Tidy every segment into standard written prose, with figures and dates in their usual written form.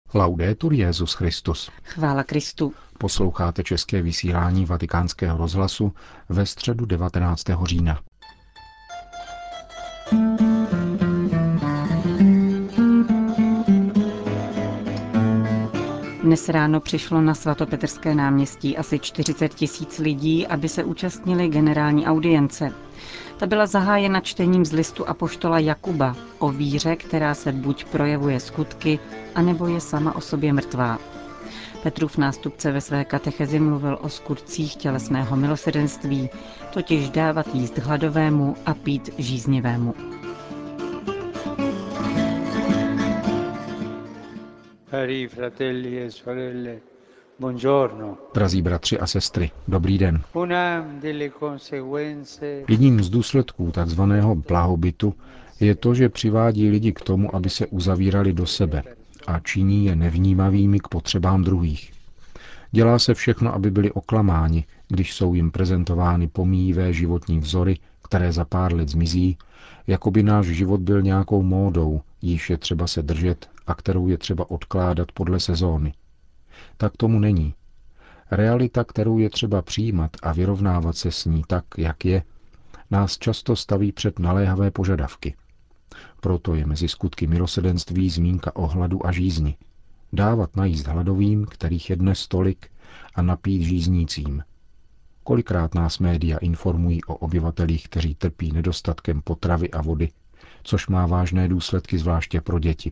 Laudetur Jesus Christus. Chvála Kristu. Posloucháte české vysílání Vatikánského rozhlasu ve středu 19. října. Dnes ráno přišlo na svatopetrské náměstí asi 40 000 lidí, aby se účastnili generální audience. Ta byla zahájena čtením z listu apoštola Jakuba o víře, která se buď projevuje skutky, anebo je sama o sobě mrtvá. Petrův nástupce ve své katechezi mluvil o skutcích tělesného milosrdenství, totiž dávat jíst hladovému a pít žíznivému. Cari fratelli e sorelle, buongiorno. Drazí bratři a sestry, dobrý den. Una delle conseguenze Jedním z důsledků takzvaného blahobytu je to, že přivádí lidi k tomu, aby se uzavírali do sebe a činí je nevnímavými k potřebám druhých. Dělá se všechno, aby byli oklamáni, když jsou jim prezentovány pomíjivé životní vzory, které za pár let zmizí, jako by náš život byl nějakou módou, jíž je třeba se držet a kterou je třeba odkládat podle sezóny. Tak tomu není. Realita, kterou je třeba přijímat a vyrovnávat se s ní tak, jak je, nás často staví před naléhavé požadavky. Proto je mezi skutky milosrdenství zmínka o hladu a žízni. Dávat najíst hladovým, kterých je dnes tolik, a napít žíznícím. Kolikrát nás média informují o obyvatelích, kteří trpí nedostatkem potravy a vody, což má vážné důsledky zvláště pro děti.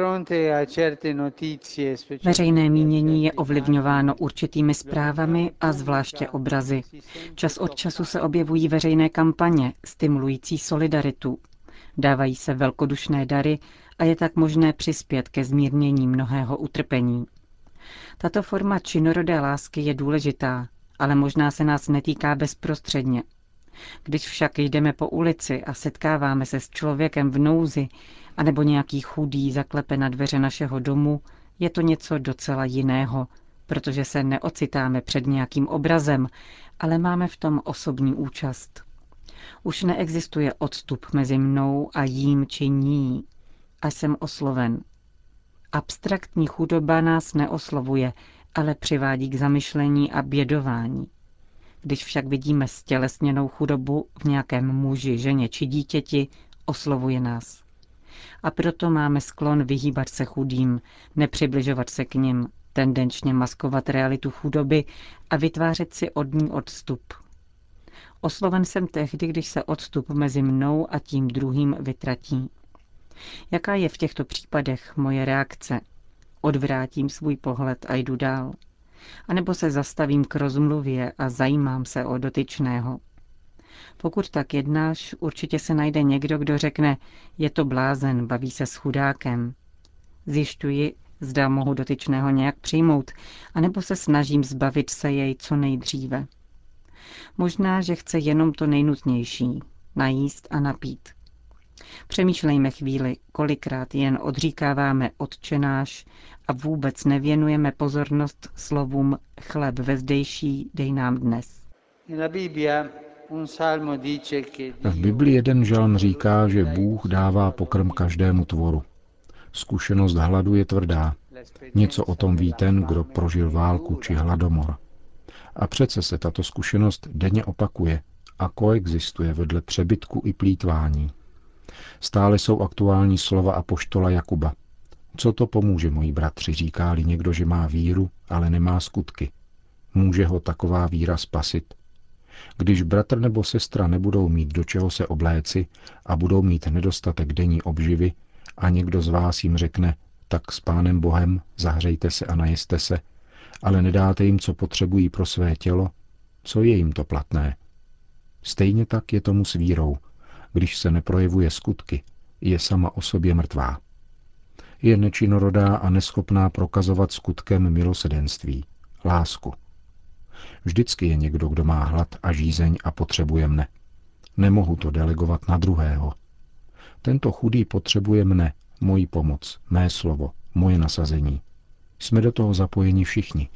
Veřejné mínění je ovlivňováno určitými zprávami a zvláště obrazy. Čas od času se objevují veřejné kampaně, stimulující solidaritu. Dávají se velkodušné dary a je tak možné přispět ke zmírnění mnohého utrpení. Tato forma činorodé lásky je důležitá, ale možná se nás netýká bezprostředně. Když však jdeme po ulici a setkáváme se s člověkem v nouzi, anebo nějaký chudý zaklepe na dveře našeho domu, je to něco docela jiného, protože se neocitáme před nějakým obrazem, ale máme v tom osobní účast. Už neexistuje odstup mezi mnou a jím či ní, a jsem osloven. Abstraktní chudoba nás neoslovuje, ale přivádí k zamyšlení a bědování. Když však vidíme stělesněnou chudobu v nějakém muži, ženě či dítěti, oslovuje nás. A proto máme sklon vyhýbat se chudým, nepřibližovat se k nim, tendenčně maskovat realitu chudoby a vytvářet si od ní odstup. Osloven jsem tehdy, když se odstup mezi mnou a tím druhým vytratí. Jaká je v těchto případech moje reakce? Odvrátím svůj pohled a jdu dál. A nebo se zastavím k rozmluvě a zajímám se o dotyčného. Pokud tak jednáš, určitě se najde někdo, kdo řekne, je to blázen, baví se s chudákem. Zjišťuji, zda mohu dotyčného nějak přijmout, anebo se snažím zbavit se jej co nejdříve. Možná, že chce jenom to nejnutnější, najíst a napít. Přemýšlejme chvíli, kolikrát jen odříkáváme Otčenáš a vůbec nevěnujeme pozornost slovům chleb vezdejší dej nám dnes. V Biblii jeden žalm říká, že Bůh dává pokrm každému tvoru. Zkušenost hladu je tvrdá. Něco o tom ví ten, kdo prožil válku či hladomor. A přece se tato zkušenost denně opakuje a koexistuje vedle přebytku i plýtvání. Stále jsou aktuální slova apoštola Jakuba. Co to pomůže, moji bratři, říká-li někdo, že má víru, ale nemá skutky. Může ho taková víra spasit? Když bratr nebo sestra nebudou mít do čeho se obléci a budou mít nedostatek denní obživy a někdo z vás jim řekne, tak s Pánem Bohem zahřejte se a najeste se, ale nedáte jim, co potřebují pro své tělo, co je jim to platné? Stejně tak je tomu s vírou. Když se neprojevuje skutky, je sama o sobě mrtvá. Je nečinorodá a neschopná prokazovat skutkem milosrdenství, lásku. Vždycky je někdo, kdo má hlad a žízeň a potřebuje mne. Nemohu to delegovat na druhého. Tento chudý potřebuje mne, moji pomoc, mé slovo, moje nasazení. Jsme do toho zapojeni všichni.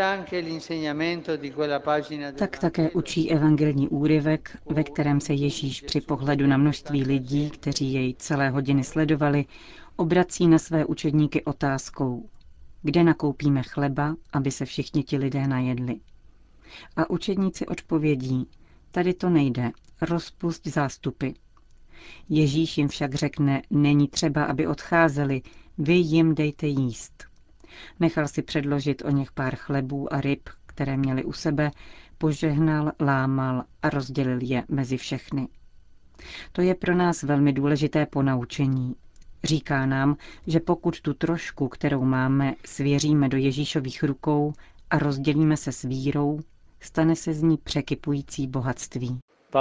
Tak také učí evangelní úryvek, ve kterém se Ježíš při pohledu na množství lidí, kteří jej celé hodiny sledovali, obrací na své učedníky otázkou. kde nakoupíme chleba, aby se všichni ti lidé najedli. A učedníci odpovědí, tady to nejde, rozpusť zástupy. Ježíš jim však řekne, není třeba, aby odcházeli, vy jim dejte jíst. Nechal si předložit o něch pár chlebů a ryb, které měli u sebe, požehnal, lámal a rozdělil je mezi všechny. To je pro nás velmi důležité ponaučení. Říká nám, že pokud tu trošku, kterou máme, svěříme do Ježíšových rukou a rozdělíme se s vírou, stane se z ní překypující bohatství.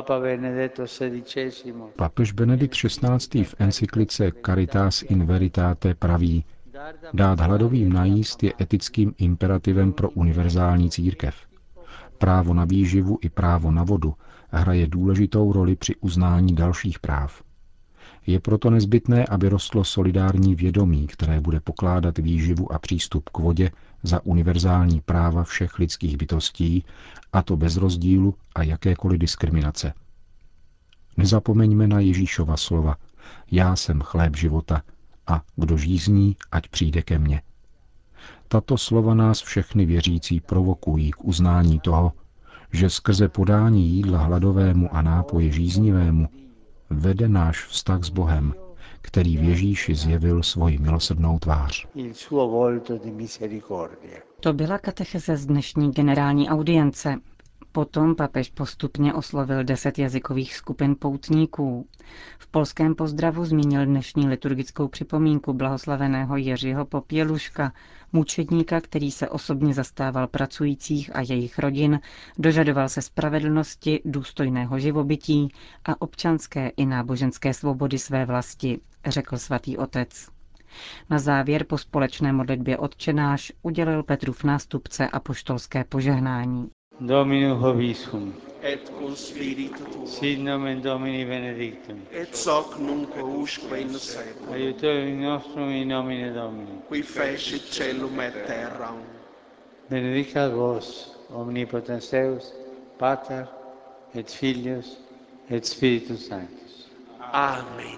Papež Benedikt XVI. V encyklice Caritas in Veritate praví, dát hladovým najíst je etickým imperativem pro univerzální církev. Právo na výživu i právo na vodu hraje důležitou roli při uznání dalších práv. Je proto nezbytné, aby rostlo solidární vědomí, které bude pokládat výživu a přístup k vodě za univerzální práva všech lidských bytostí, a to bez rozdílu a jakékoliv diskriminace. Nezapomeňme na Ježíšova slova: Já jsem chléb života a kdo žízní, ať přijde ke mně. Tato slova nás všechny věřící provokují k uznání toho, že skrze podání jídla hladovému a nápoje žíznivému vede náš vztah s Bohem, který v Ježíši zjevil svoji milosrdnou tvář. To byla katecheze z dnešní generální audience. Potom papež postupně oslovil 10 jazykových skupin poutníků. V polském pozdravu zmínil dnešní liturgickou připomínku blahoslaveného Jiřího Popěluška, mučedníka, který se osobně zastával pracujících a jejich rodin, dožadoval se spravedlnosti, důstojného živobytí a občanské i náboženské svobody své vlasti, řekl svatý otec. Na závěr po společné modlitbě Otčenáš udělil Petrův nástupce apoštolské požehnání. Dominus vobiscum. Et cum spiritu tuo. Sit nomen Domini benedictum. Et hoc nunc usque in seculum. Aiutorium nostrum in nomine Domini. Qui fecit caelum et terram. Benedicat vos, omnipotens Deus, Pater et Filius et Spiritus Sanctus. Amen.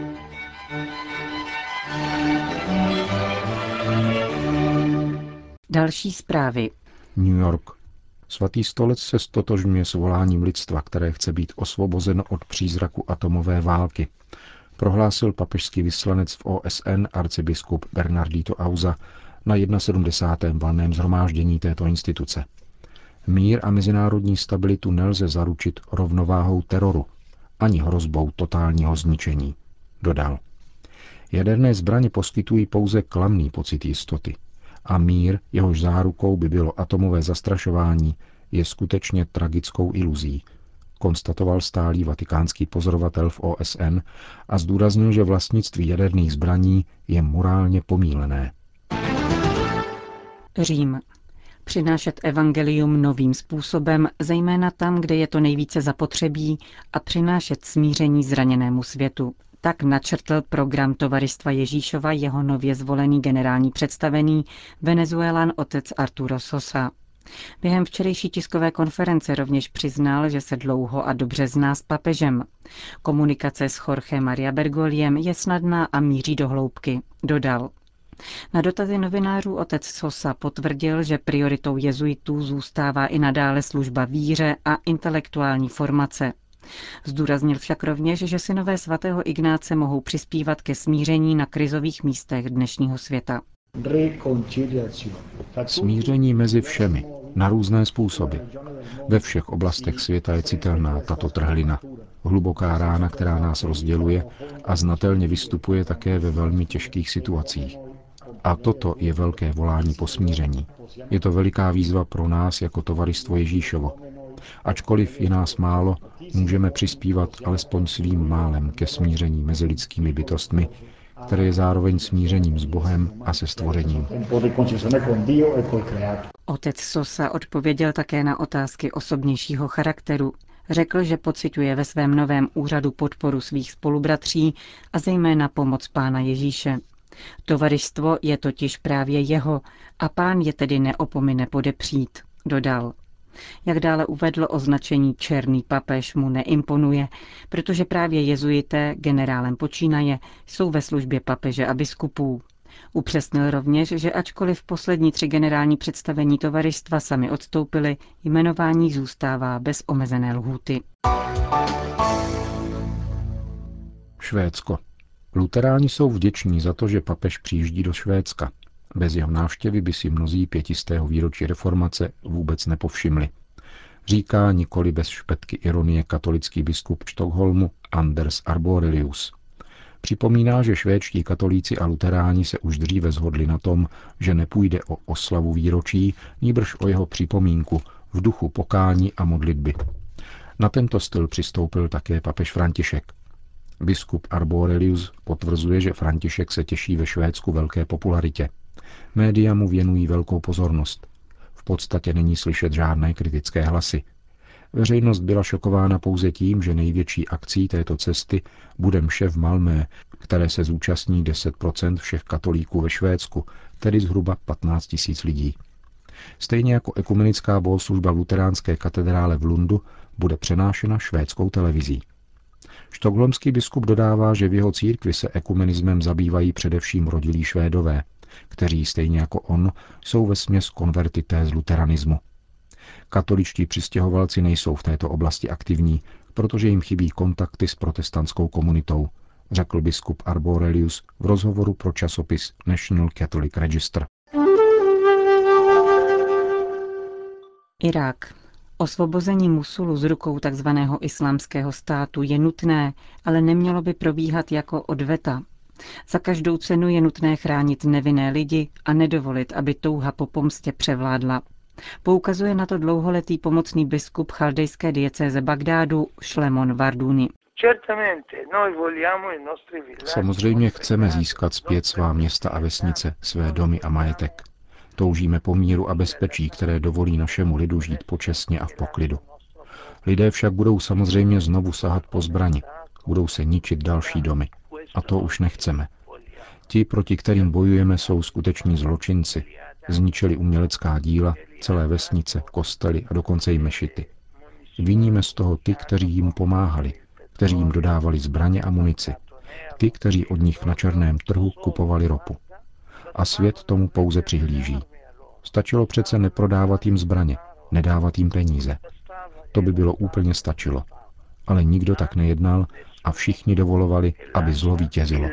Další zprávy. New York. Svatý stolec se stotožňuje s voláním lidstva, které chce být osvobozeno od přízraku atomové války, prohlásil papežský vyslanec v OSN arcibiskup Bernardito Auza na 71. valném shromáždění této instituce. Mír a mezinárodní stabilitu nelze zaručit rovnováhou teroru, ani hrozbou totálního zničení, dodal. Jaderné zbraně poskytují pouze klamný pocit jistoty. A mír, jehož zárukou by bylo atomové zastrašování, je skutečně tragickou iluzí, konstatoval stálý vatikánský pozorovatel v OSN a zdůraznil, že vlastnictví jaderných zbraní je morálně pomílené. Řím. Přinášet evangelium novým způsobem, zejména tam, kde je to nejvíce zapotřebí, a přinášet smíření zraněnému světu. Tak načrtl program Tovaristva Ježíšova jeho nově zvolený generální představený Venezuelan otec Arturo Sosa. Během včerejší tiskové konference rovněž přiznal, že se dlouho a dobře zná s papežem. Komunikace s Jorge Maria Bergogliem je snadná a míří do hloubky, dodal. Na dotazy novinářů otec Sosa potvrdil, že prioritou jezuitů zůstává i nadále služba víře a intelektuální formace. Zdůraznil však rovněž, že synové svatého Ignáce mohou přispívat ke smíření na krizových místech dnešního světa. Smíření mezi všemi, na různé způsoby. Ve všech oblastech světa je citelná tato trhlina, hluboká rána, která nás rozděluje a znatelně vystupuje také ve velmi těžkých situacích. A toto je velké volání po smíření. Je to veliká výzva pro nás jako Tovaristvo Ježíšovo. Ačkoliv je nás málo, můžeme přispívat alespoň svým málem ke smíření mezi lidskými bytostmi, které je zároveň smířením s Bohem a se stvořením. Otec Sosa odpověděl také na otázky osobnějšího charakteru. Řekl, že pociťuje ve svém novém úřadu podporu svých spolubratří a zejména pomoc Pána Ježíše. Tovaristvo je totiž právě jeho a Pán je tedy neopomine podepřít, dodal. Jak dále uvedl, označení černý papež mu neimponuje, protože právě jezuité, generálem počínaje, jsou ve službě papeže a biskupů. Upřesnil rovněž, že ačkoliv poslední 3 generální představení tovarystva sami odstoupili, jmenování zůstává bez omezené lhůty. Švédsko. Luteráni jsou vděční za to, že papež přijíždí do Švédska. Bez jeho návštěvy by si mnozí 500. výročí reformace vůbec nepovšimli. Říká nikoli bez špetky ironie katolický biskup Stockholmu Anders Arborelius. Připomíná, že švédští katolíci a luteráni se už dříve shodli na tom, že nepůjde o oslavu výročí, nýbrž o jeho připomínku v duchu pokání a modlitby. Na tento styl přistoupil také papež František. Biskup Arborelius potvrzuje, že František se těší ve Švédsku velké popularitě. Média mu věnují velkou pozornost. V podstatě není slyšet žádné kritické hlasy. Veřejnost byla šokována pouze tím, že největší akcí této cesty bude mše v Malmö, které se zúčastní 10% všech katolíků ve Švédsku, tedy zhruba 15 000 lidí. Stejně jako ekumenická bohoslužba v luteránské katedrále v Lundu bude přenášena švédskou televizí. Štokholmský biskup dodává, že v jeho církvi se ekumenismem zabývají především rodilí Švédové, kteří stejně jako on jsou vesměs konvertité z luteranismu. Katoličtí přistěhovalci nejsou v této oblasti aktivní, protože jim chybí kontakty s protestantskou komunitou, řekl biskup Arborelius v rozhovoru pro časopis National Catholic Register. Irák. Osvobození Musulu z rukou tzv. Islámského státu je nutné, ale nemělo by probíhat jako odveta. Za každou cenu je nutné chránit nevinné lidi a nedovolit, aby touha po pomstě převládla. Poukazuje na to dlouholetý pomocný biskup chaldejské diecéze Bagdádu Šlemon Varduni. Samozřejmě chceme získat zpět svá města a vesnice, své domy a majetek. Toužíme po míru a bezpečí, které dovolí našemu lidu žít počestně a v poklidu. Lidé však budou samozřejmě znovu sahat po zbrani, budou se ničit další domy. A to už nechceme. Ti, proti kterým bojujeme, jsou skuteční zločinci. Zničili umělecká díla, celé vesnice, kostely a dokonce i mešity. Viníme z toho ty, kteří jim pomáhali, kteří jim dodávali zbraně a munici. Ty, kteří od nich na černém trhu kupovali ropu. A svět tomu pouze přihlíží. Stačilo přece neprodávat jim zbraně, nedávat jim peníze. To by bylo úplně stačilo. Ale nikdo tak nejednal a všichni dovolovali, aby zlo vítězilo.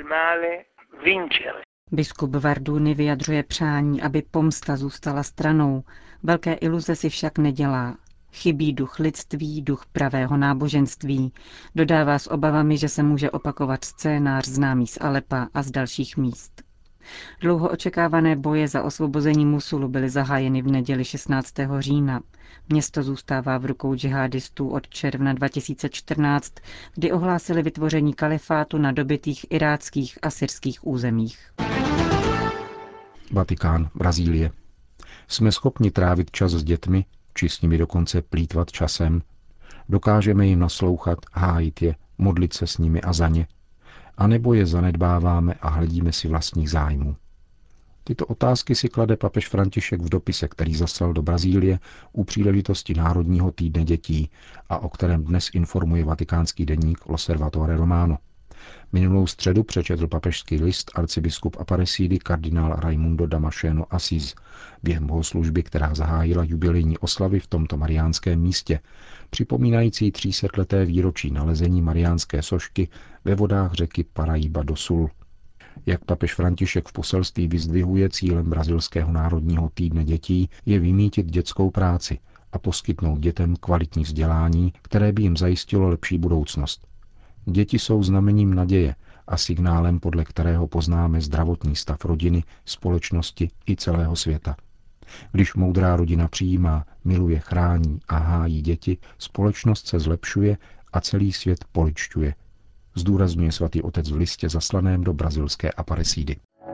Biskup Varduni vyjadřuje přání, aby pomsta zůstala stranou. Velké iluze si však nedělá. Chybí duch lidství, duch pravého náboženství. Dodává s obavami, že se může opakovat scénář známý z Alepa a z dalších míst. Dlouho očekávané boje za osvobození Musulu byly zahájeny v neděli 16. října. Město zůstává v rukou džihadistů od června 2014, kdy ohlásili vytvoření kalifátu na dobytých iráckých a syrských územích. Vatikán, Brazílie. Jsme schopni trávit čas s dětmi, či s nimi dokonce plýtvat časem. Dokážeme jim naslouchat, hájit je, modlit se s nimi a za ně. A nebo je zanedbáváme a hledíme si vlastních zájmů. Tyto otázky si klade papež František v dopise, který zaslal do Brazílie u příležitosti Národního týdne dětí a o kterém dnes informuje vatikánský deník L'Osservatore Romano. Minulou středu přečetl papežský list arcibiskup Aparecidy kardinál Raimundo Damasceno Assis během bohoslužby, která zahájila jubilejní oslavy v tomto mariánském místě, připomínající 300leté výročí nalezení mariánské sošky ve vodách řeky Paraíba do Sul. Jak papež František v poselství vyzdvihuje, cílem brazilského národního týdne dětí je vymýtit dětskou práci a poskytnout dětem kvalitní vzdělání, které by jim zajistilo lepší budoucnost. Děti jsou znamením naděje a signálem, podle kterého poznáme zdravotní stav rodiny, společnosti i celého světa. Když moudrá rodina přijímá, miluje, chrání a hájí děti, společnost se zlepšuje a celý svět poličťuje, zdůrazňuje svatý otec v listě zaslaném do brazilské Aparecidy.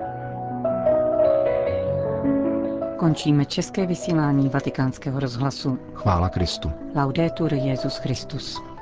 Končíme české vysílání Vatikánského rozhlasu. Chvála Kristu. Laudetur Jesus Christus.